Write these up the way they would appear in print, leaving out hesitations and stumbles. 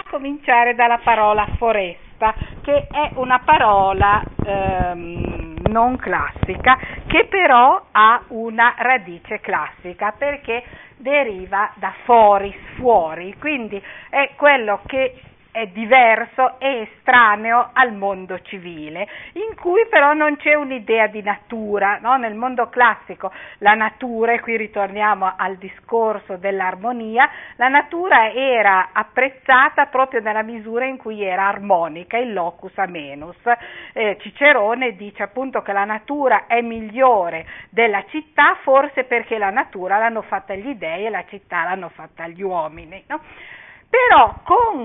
cominciare dalla parola foresta, che è una parola non classica, che però ha una radice classica, perché deriva da foris, fuori, quindi è quello che è diverso e estraneo al mondo civile, in cui però non c'è un'idea di natura, no? Nel mondo classico la natura, e qui ritorniamo al discorso dell'armonia, la natura era apprezzata proprio nella misura in cui era armonica, il locus amenus. Cicerone dice appunto che la natura è migliore della città, forse perché la natura l'hanno fatta gli dei e la città l'hanno fatta gli uomini, no? Però con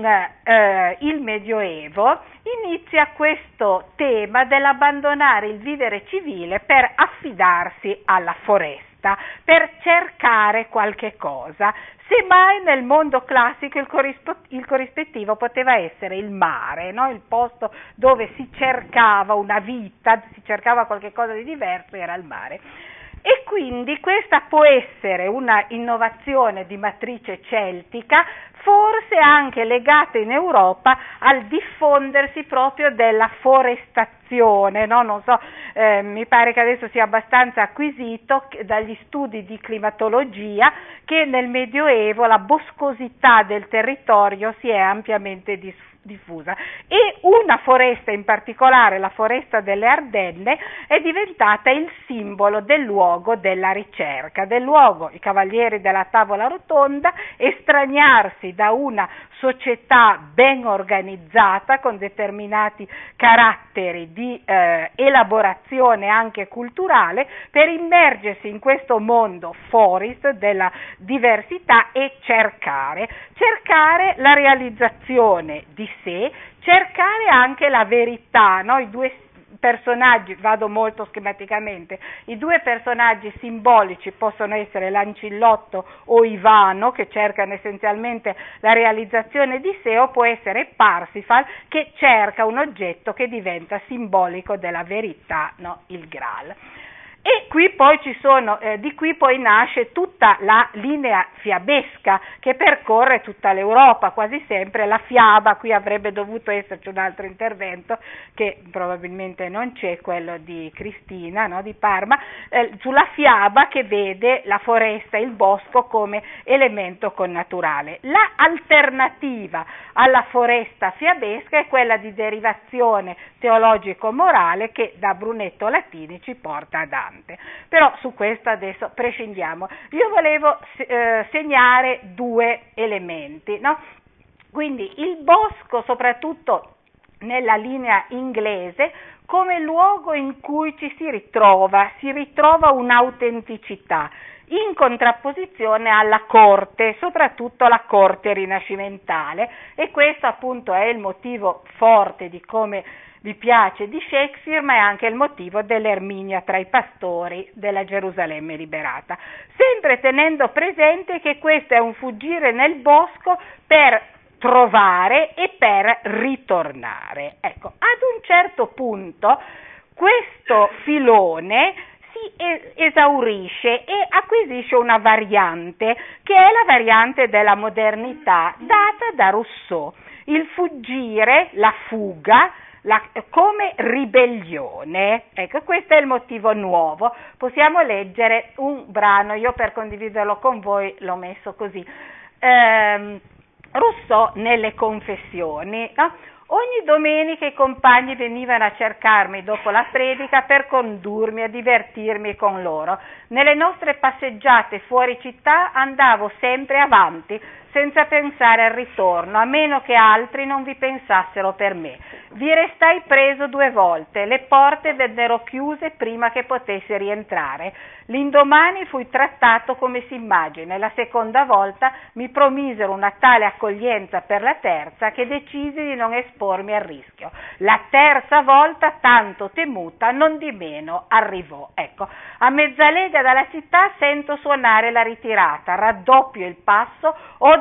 il Medioevo inizia questo tema dell'abbandonare il vivere civile per affidarsi alla foresta, per cercare qualche cosa. Semmai nel mondo classico il corrispettivo poteva essere il mare, no? Il posto dove si cercava una vita, si cercava qualche cosa di diverso, era il mare. E quindi questa può essere una innovazione di matrice celtica, forse anche legata in Europa al diffondersi proprio della forestazione, no? Non so, mi pare che adesso sia abbastanza acquisito dagli studi di climatologia che nel Medioevo la boscosità del territorio si è ampiamente diffusa, e una foresta in particolare, la foresta delle Ardenne, è diventata il simbolo del luogo della ricerca, del luogo, i cavalieri della tavola rotonda, estraniarsi da una società ben organizzata con determinati caratteri di elaborazione anche culturale, per immergersi in questo mondo foris della diversità e cercare la realizzazione di sé, cercare anche la verità, no? I due personaggi, vado molto schematicamente, i due personaggi simbolici possono essere l'ancillotto o Ivano, che cercano essenzialmente la realizzazione di sé, o può essere Parsifal, che cerca un oggetto che diventa simbolico della verità, no? Il Graal. E qui poi di qui poi nasce tutta la linea fiabesca che percorre tutta l'Europa, quasi sempre la fiaba, qui avrebbe dovuto esserci un altro intervento che probabilmente non c'è, quello di Cristina, no, di Parma, sulla fiaba che vede la foresta, il bosco come elemento connaturale. La alternativa alla foresta fiabesca è quella di derivazione teologico-morale che da Brunetto Latini ci porta a Dante. Però su questo adesso prescindiamo. Io volevo segnare due elementi, no? Quindi il bosco, soprattutto nella linea inglese, come luogo in cui ci si ritrova un'autenticità, in contrapposizione alla corte, soprattutto la corte rinascimentale, e questo appunto è il motivo forte di come vi piace di Shakespeare, ma è anche il motivo dell'Erminia tra i pastori della Gerusalemme liberata, sempre tenendo presente che questo è un fuggire nel bosco per trovare e per ritornare. Ecco, ad un certo punto questo filone si esaurisce e acquisisce una variante, che è la variante della modernità data da Rousseau, il fuggire, la fuga, come ribellione. Ecco, questo è il motivo nuovo. Possiamo leggere un brano, io per condividerlo con voi l'ho messo così. Rousseau nelle Confessioni, no? Ogni domenica i compagni venivano a cercarmi dopo la predica per condurmi a divertirmi con loro. Nelle nostre passeggiate fuori città andavo sempre avanti, senza pensare al ritorno, a meno che altri non vi pensassero per me. Vi restai preso 2 volte, le porte vennero chiuse prima che potessi rientrare. L'indomani fui trattato come si immagina e la seconda volta mi promisero una tale accoglienza per la terza che decisi di non espormi al rischio. La terza volta, tanto temuta, non di meno arrivò. Ecco, a mezza lega dalla città sento suonare la ritirata, raddoppio il passo, odo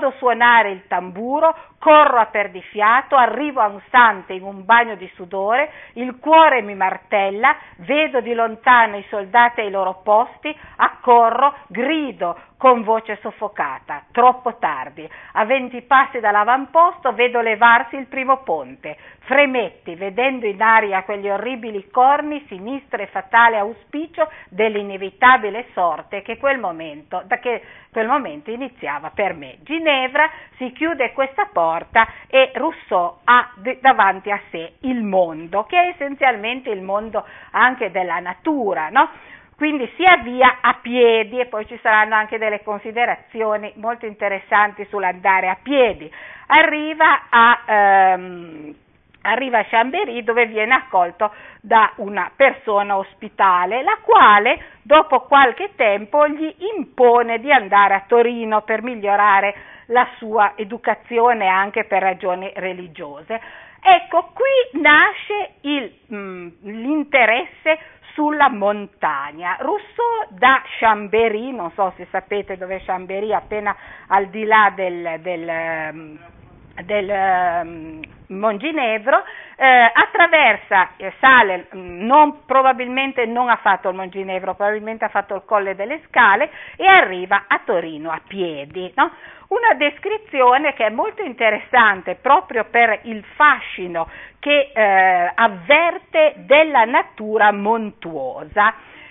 odo suonare il tamburo, corro a perdifiato, arrivo ansante in un bagno di sudore, il cuore mi martella, vedo di lontano i soldati ai loro posti, accorro, grido con voce soffocata, troppo tardi. A 20 passi dall'avamposto vedo levarsi il primo ponte. Fremetti, vedendo in aria quegli orribili corni, sinistro e fatale auspicio dell'inevitabile sorte da che quel momento iniziava per me. Ginevra, si chiude questa porta e Rousseau ha davanti a sé il mondo, che è essenzialmente il mondo anche della natura, no? Quindi si avvia a piedi e poi ci saranno anche delle considerazioni molto interessanti sull'andare a piedi. Arriva a Chambéry, dove viene accolto da una persona ospitale, la quale dopo qualche tempo gli impone di andare a Torino per migliorare la sua educazione anche per ragioni religiose. Ecco, qui nasce l'interesse sulla montagna. Rousseau da Chambéry, non so se sapete dove è Chambéry, appena al di là del Monginevro, attraversa, sale, probabilmente non ha fatto il Monginevro, probabilmente ha fatto il Colle delle Scale e arriva a Torino a piedi, no? Una descrizione che è molto interessante proprio per il fascino che avverte della natura montuosa.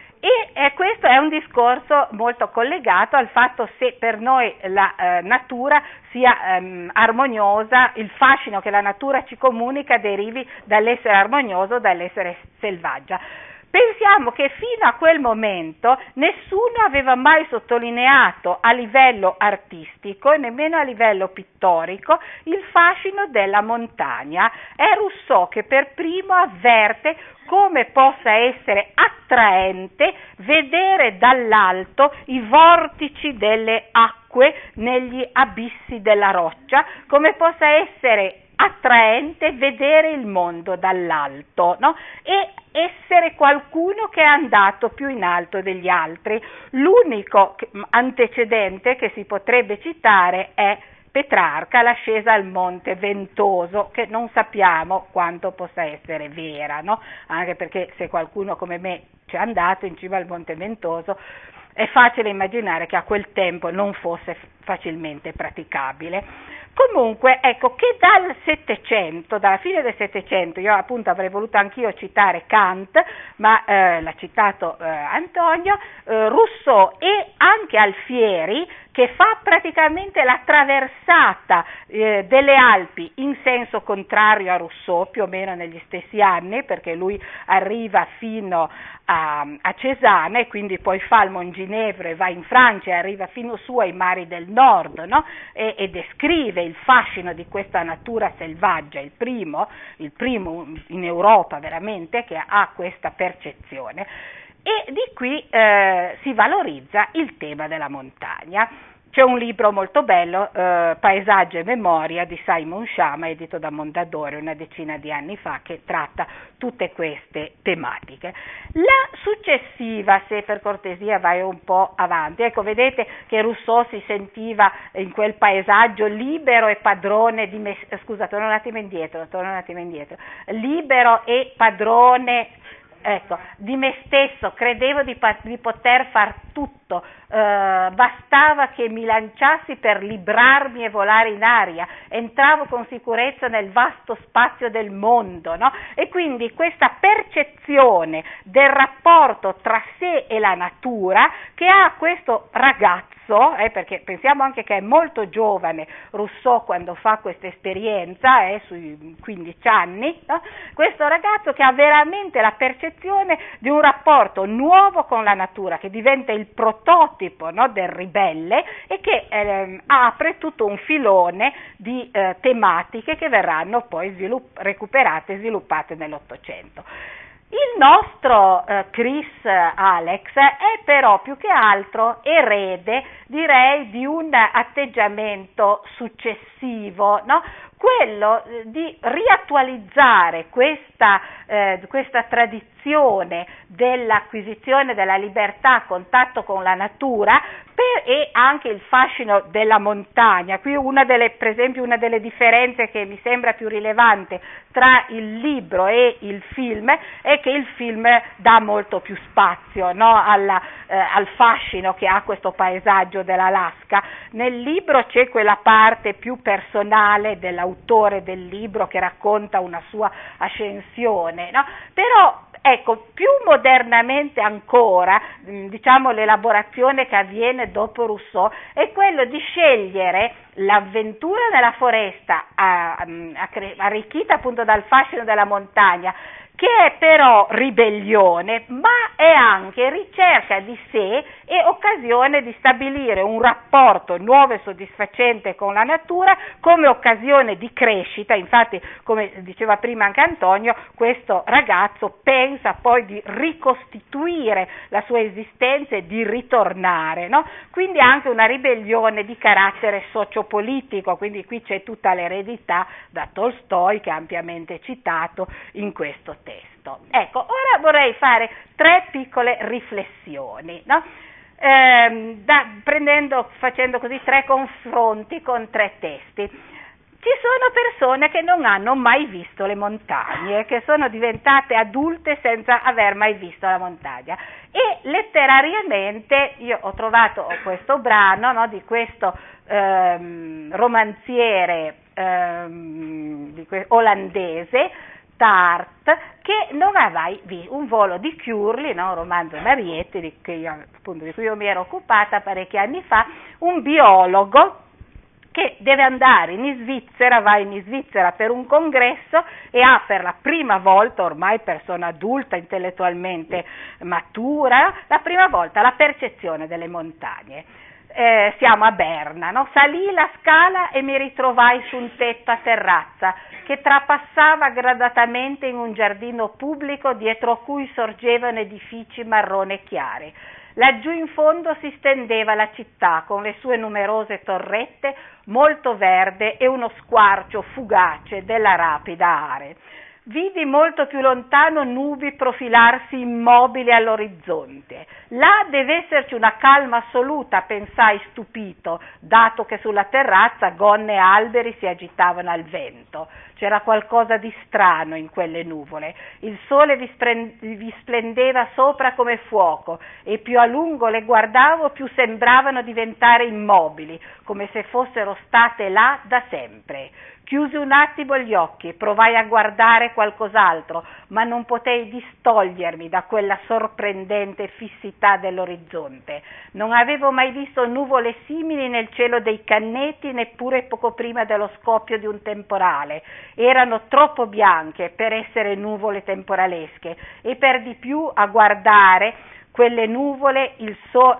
E questo è un discorso molto collegato al fatto se per noi la natura sia armoniosa, il fascino che la natura ci comunica derivi dall'essere armonioso, dall'essere selvaggia. Pensiamo che fino a quel momento nessuno aveva mai sottolineato a livello artistico e nemmeno a livello pittorico il fascino della montagna. È Rousseau che per primo avverte come possa essere attraente vedere dall'alto i vortici delle acque negli abissi della roccia, come possa essere attraente vedere il mondo dall'alto, no? E essere qualcuno che è andato più in alto degli altri. L'unico antecedente che si potrebbe citare è Petrarca, l'ascesa al Monte Ventoso, che non sappiamo quanto possa essere vera, no? Anche perché se qualcuno come me ci è andato in cima al Monte Ventoso, è facile immaginare che a quel tempo non fosse facilmente praticabile. Comunque, ecco che dal Settecento, dalla fine del Settecento, io appunto avrei voluto anch'io citare Kant, ma l'ha citato Antonio, Rousseau e anche Alfieri, che fa praticamente la traversata delle Alpi in senso contrario a Rousseau, più o meno negli stessi anni, perché lui arriva fino a Cesana e quindi poi fa il Monginevro e va in Francia e arriva fino su ai mari del nord, no? e descrive il fascino di questa natura selvaggia, il primo in Europa veramente che ha questa percezione. E di qui si valorizza il tema della montagna. C'è un libro molto bello, Paesaggio e Memoria, di Simon Schama, edito da Mondadori una decina di anni fa, che tratta tutte queste tematiche. La successiva, se per cortesia vai un po' avanti, ecco, vedete che Rousseau si sentiva in quel paesaggio libero e padrone di me, scusa, torno un attimo indietro, libero e padrone, ecco, di me stesso, credevo di poter far tutto, bastava che mi lanciassi per librarmi e volare in aria, entravo con sicurezza nel vasto spazio del mondo, no? E quindi questa percezione del rapporto tra sé e la natura che ha questo ragazzo, perché pensiamo anche che è molto giovane Rousseau quando fa questa esperienza, sui 15 anni, no? Questo ragazzo che ha veramente la percezione di un rapporto nuovo con la natura, che diventa il prototipo, no, del ribelle e che apre tutto un filone di tematiche che verranno poi recuperate e sviluppate nell'Ottocento. Il nostro Chris Alex è però più che altro erede, direi, di un atteggiamento successivo, no? quello di riattualizzare questa tradizione dell'acquisizione della libertà a contatto con la natura e anche il fascino della montagna. Qui per esempio una delle differenze che mi sembra più rilevante tra il libro e il film è che il film dà molto più spazio, no, al fascino che ha questo paesaggio dell'Alaska. Nel libro c'è quella parte più personale dell'autore del libro che racconta una sua ascensione, no? Però ecco, più modernamente ancora, diciamo l'elaborazione che avviene dopo Rousseau è quello di scegliere l'avventura nella foresta arricchita appunto dal fascino della montagna, che è però ribellione, ma è anche ricerca di sé e occasione di stabilire un rapporto nuovo e soddisfacente con la natura come occasione di crescita. Infatti, come diceva prima anche Antonio, questo ragazzo pensa poi di ricostituire la sua esistenza e di ritornare, no? Quindi anche una ribellione di carattere sociopolitico, quindi qui c'è tutta l'eredità da Tolstoi che è ampiamente citato in questo testo. Ecco, ora vorrei fare 3 piccole riflessioni, no? Facendo così 3 confronti con 3 testi. Ci sono persone che non hanno mai visto le montagne, che sono diventate adulte senza aver mai visto la montagna, e letterariamente io ho trovato questo brano, no, di questo romanziere olandese, Tart, che non ha mai visto Un volo di Curly, no? Un romanzo Marietti di cui io mi ero occupata parecchi anni fa, un biologo che deve andare in Svizzera, va in Svizzera per un congresso e ha per la prima volta, ormai persona adulta, intellettualmente matura, la prima volta la percezione delle montagne. Siamo a Berna, no? Salì la scala e mi ritrovai su un tetto a terrazza che trapassava gradatamente in un giardino pubblico dietro cui sorgevano edifici marrone chiari. Laggiù in fondo si stendeva la città con le sue numerose torrette, molto verde e uno squarcio fugace della rapida Are. Vidi molto più lontano nubi profilarsi immobili all'orizzonte. Là deve esserci una calma assoluta, pensai stupito, dato che sulla terrazza gonne e alberi si agitavano al vento. C'era qualcosa di strano in quelle nuvole. Il sole vi splendeva sopra come fuoco e più a lungo le guardavo più sembravano diventare immobili, come se fossero state là da sempre. Chiusi un attimo gli occhi, provai a guardare qualcos'altro, ma non potei distogliermi da quella sorprendente fissità dell'orizzonte. Non avevo mai visto nuvole simili nel cielo dei Canneti, neppure poco prima dello scoppio di un temporale. Erano troppo bianche per essere nuvole temporalesche e per di più a guardare quelle nuvole, il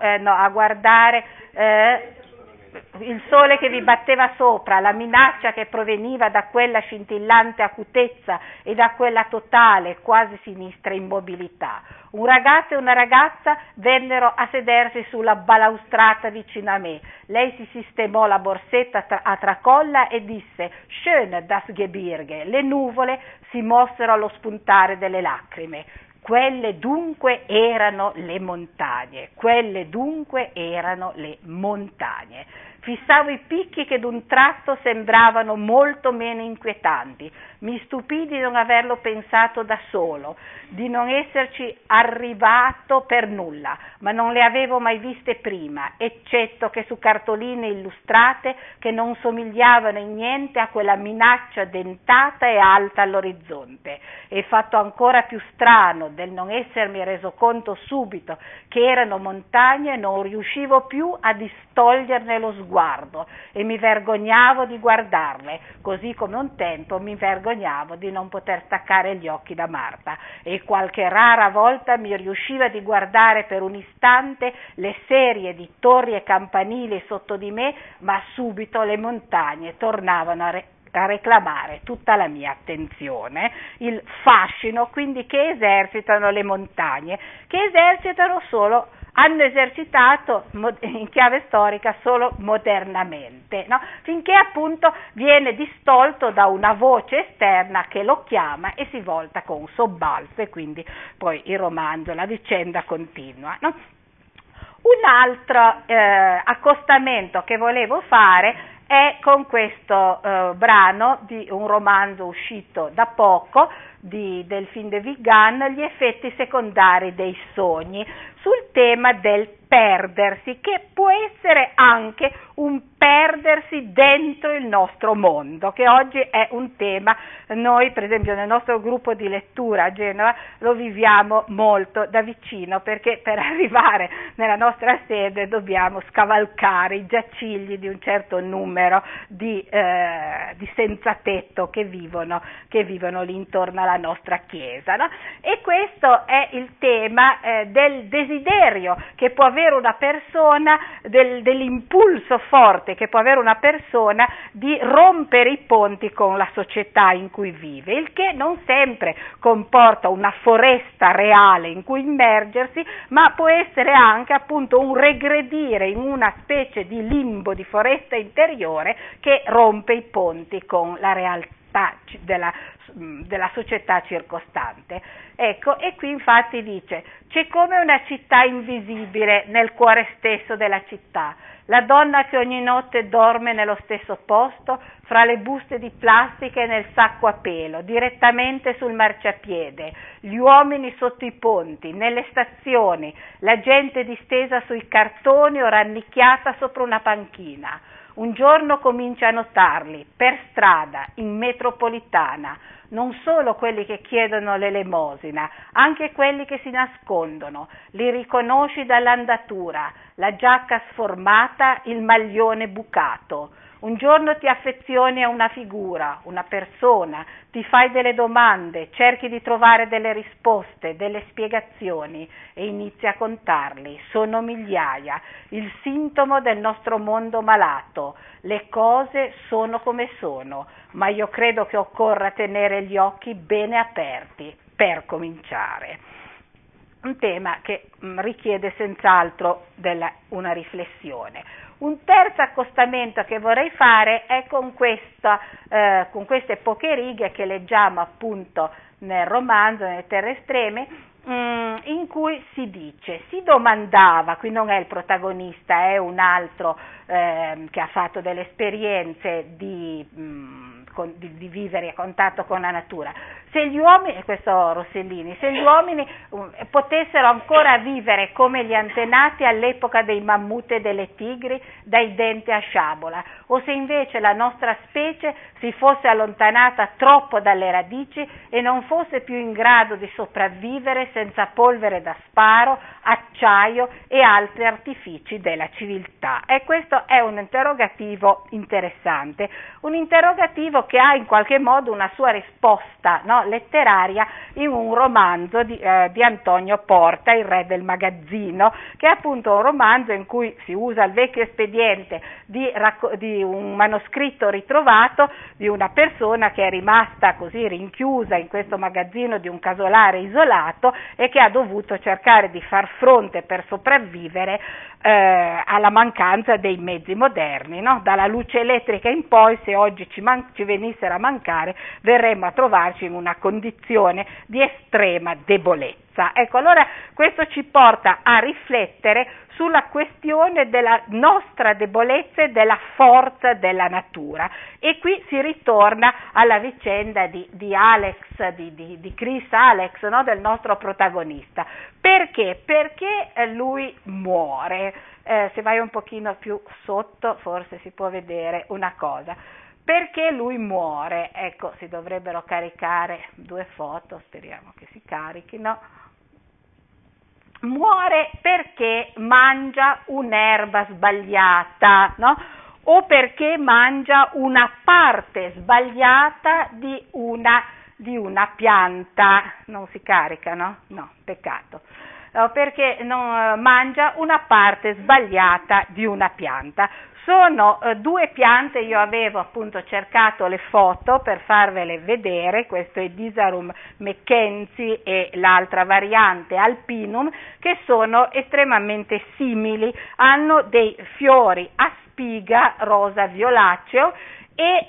sole che vi batteva sopra, la minaccia che proveniva da quella scintillante acutezza e da quella totale, quasi sinistra immobilità. Un ragazzo e una ragazza vennero a sedersi sulla balaustrata vicino a me. Lei si sistemò la borsetta a tracolla e disse «Schön das Gebirge». Le nuvole si mossero allo spuntare delle lacrime. Quelle dunque erano le montagne, Fissavo i picchi che d'un tratto sembravano molto meno inquietanti. Mi stupì di non averlo pensato da solo, di non esserci arrivato per nulla, ma non le avevo mai viste prima, eccetto che su cartoline illustrate che non somigliavano in niente a quella minaccia dentata e alta all'orizzonte. E fatto ancora più strano del non essermi reso conto subito che erano montagne, non riuscivo più a distoglierne lo sguardo e mi vergognavo di guardarle, così come un tempo mi vergognavo di non poter staccare gli occhi da Marta, e qualche rara volta mi riusciva di guardare per un istante le serie di torri e campanili sotto di me, ma subito le montagne tornavano a reclamare tutta la mia attenzione, il fascino quindi che esercitano le montagne, che esercitano solo hanno esercitato in chiave storica solo modernamente, no? Finché appunto viene distolto da una voce esterna che lo chiama e si volta con un sobbalzo, e quindi poi il romanzo, la vicenda continua, no? Un altro accostamento che volevo fare è con questo brano di un romanzo uscito da poco di Delphine de Vigan, Gli effetti secondari dei sogni, sul tema del perdersi, che può essere anche un perdersi dentro il nostro mondo, che oggi è un tema, noi per esempio nel nostro gruppo di lettura a Genova lo viviamo molto da vicino, perché per arrivare nella nostra sede dobbiamo scavalcare i giacigli di un certo numero di senza tetto che vivono lì intorno alla nostra chiesa, no? E questo è il tema del desiderio che può avere una persona, dell'impulso forte che può avere una persona di rompere i ponti con la società in cui vive, il che non sempre comporta una foresta reale in cui immergersi, ma può essere anche appunto un regredire in una specie di limbo di foresta interiore che rompe i ponti con la realtà della società circostante. Ecco, e qui infatti dice: c'è come una città invisibile nel cuore stesso della città, la donna che ogni notte dorme nello stesso posto, fra le buste di plastica e nel sacco a pelo, direttamente sul marciapiede, gli uomini sotto i ponti, nelle stazioni, la gente distesa sui cartoni o rannicchiata sopra una panchina. Un giorno comincia a notarli, per strada, in metropolitana, non solo quelli che chiedono l'elemosina, anche quelli che si nascondono, li riconosci dall'andatura, la giacca sformata, il maglione bucato. Un giorno ti affezioni a una figura, una persona, ti fai delle domande, cerchi di trovare delle risposte, delle spiegazioni e inizi a contarli. Sono migliaia, il sintomo del nostro mondo malato. Le cose sono come sono, ma io credo che occorra tenere gli occhi bene aperti per cominciare. Un tema che richiede senz'altro una riflessione. Un terzo accostamento che vorrei fare è con queste poche righe che leggiamo appunto nel romanzo, nelle Terre Estreme, in cui si domandava, qui non è il protagonista, è un altro che ha fatto delle esperienze di vivere a contatto con la natura, se gli uomini, questo Rossellini, se gli uomini potessero ancora vivere come gli antenati all'epoca dei mammut e delle tigri, dai denti a sciabola, o se invece la nostra specie si fosse allontanata troppo dalle radici e non fosse più in grado di sopravvivere senza polvere da sparo, acciaio e altri artifici della civiltà. E questo è un interrogativo interessante, un interrogativo che ha in qualche modo una sua risposta, no, letteraria in un romanzo di Antonio Porta, Il re del magazzino, che è appunto un romanzo in cui si usa il vecchio espediente di un manoscritto ritrovato di una persona che è rimasta così rinchiusa in questo magazzino di un casolare isolato e che ha dovuto cercare di far fronte per sopravvivere alla mancanza dei mezzi moderni, no? Dalla luce elettrica in poi, se oggi ci venissero a mancare, verremmo a trovarci in una condizione di estrema debolezza. Ecco, allora questo ci porta a riflettere sulla questione della nostra debolezza e della forza della natura, e qui si ritorna alla vicenda di Alex, di Chris Alex, no? Del nostro protagonista. Perché? Perché lui muore. Se vai un pochino più sotto forse si può vedere una cosa. Perché lui muore? Ecco, si dovrebbero caricare 2 foto, speriamo che si carichino. Muore perché mangia un'erba sbagliata, no? O perché mangia una parte sbagliata di una pianta. Non si carica, no? No, peccato. perché mangia una parte sbagliata di una pianta. Sono due piante, io avevo appunto cercato le foto per farvele vedere, questo è Disarum mackenzie e l'altra variante Alpinum, che sono estremamente simili, hanno dei fiori a spiga rosa violaceo e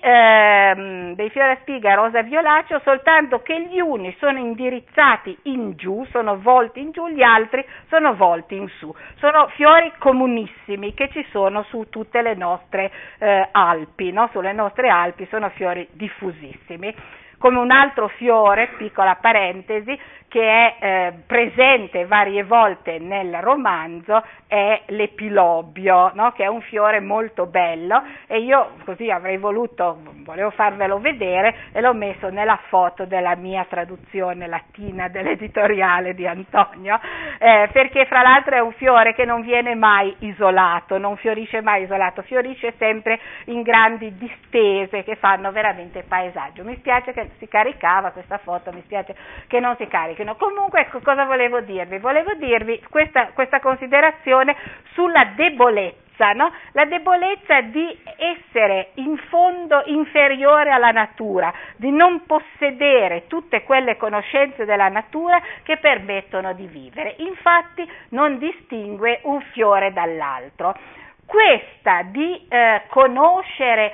dei fiori a spiga rosa violaceo, soltanto che gli uni sono indirizzati in giù, sono volti in giù, gli altri sono volti in su. Sono fiori comunissimi che ci sono su tutte le nostre Alpi, no? Sulle nostre Alpi sono fiori diffusissimi. Come un altro fiore, piccola parentesi, che è presente varie volte nel romanzo, è l'epilobio, no? Che è un fiore molto bello, e io così volevo farvelo vedere e l'ho messo nella foto della mia traduzione latina dell'editoriale di Antonio, perché fra l'altro è un fiore che non viene mai isolato, non fiorisce mai isolato, fiorisce sempre in grandi distese che fanno veramente paesaggio. Mi spiace che si caricava questa foto, mi spiace che non si carichino. Comunque, ecco, cosa volevo dirvi? Volevo dirvi questa considerazione sulla debolezza, no? La debolezza di essere in fondo inferiore alla natura, di non possedere tutte quelle conoscenze della natura che permettono di vivere. Infatti non distingue un fiore dall'altro. Questa di conoscere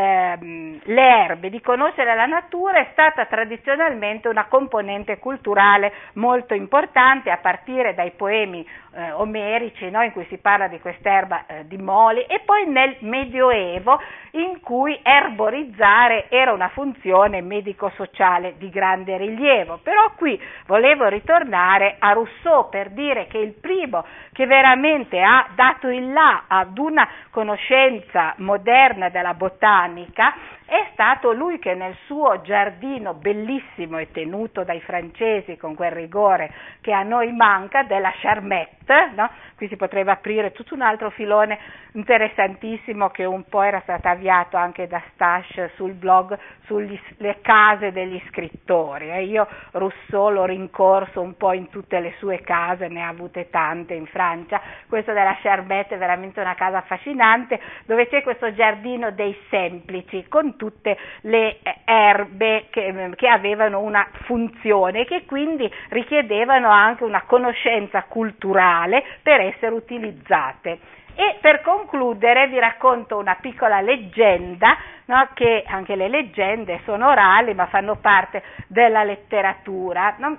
le erbe, di conoscere la natura, è stata tradizionalmente una componente culturale molto importante, a partire dai poemi omerici, no? In cui si parla di quest'erba di Moli, e poi nel Medioevo, in cui erborizzare era una funzione medico-sociale di grande rilievo. Però qui volevo ritornare a Rousseau per dire che il primo che veramente ha dato il là ad una conoscenza moderna della botanica è stato lui, che nel suo giardino bellissimo e tenuto dai francesi con quel rigore che a noi manca, della Charmette, no? Qui si potrebbe aprire tutto un altro filone interessantissimo che un po' era stato avviato anche da Stache sul blog sulle case degli scrittori. Io Rousseau l'ho rincorso un po' in tutte le sue case, ne ha avute tante in Francia. Questa della Charmette è veramente una casa affascinante, dove c'è questo giardino dei semplici con tutte le erbe che avevano una funzione e che quindi richiedevano anche una conoscenza culturale per essere utilizzate. E per concludere vi racconto una piccola leggenda, no? Che anche le leggende sono orali ma fanno parte della letteratura, no?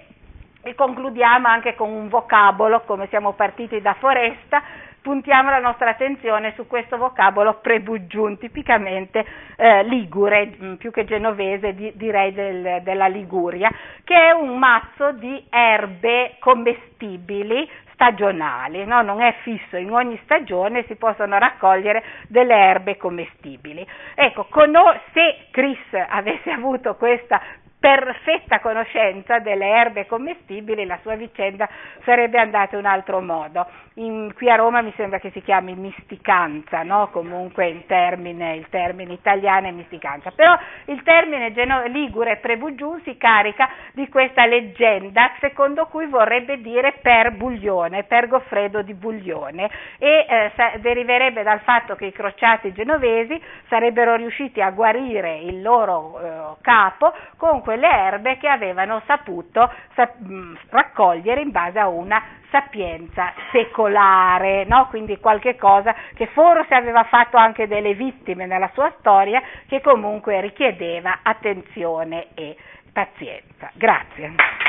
E concludiamo anche con un vocabolo. Come siamo partiti da Foresta, puntiamo la nostra attenzione su questo vocabolo Prebugiun, tipicamente ligure, più che genovese, direi della Liguria, che è un mazzo di erbe commestibili stagionali, no? Non è fisso, in ogni stagione si possono raccogliere delle erbe commestibili. Ecco, se Chris avesse avuto questa perfetta conoscenza delle erbe commestibili, la sua vicenda sarebbe andata in un altro modo. Qui a Roma mi sembra che si chiami misticanza, no? Comunque il termine italiano è misticanza, però il termine ligure Prebugiun si carica di questa leggenda secondo cui vorrebbe dire per Buglione, per Goffredo di Buglione, e deriverebbe dal fatto che i crociati genovesi sarebbero riusciti a guarire il loro capo con quelle erbe che avevano saputo raccogliere in base a una sapienza secolare, no? Quindi qualche cosa che forse aveva fatto anche delle vittime nella sua storia, che comunque richiedeva attenzione e pazienza. Grazie.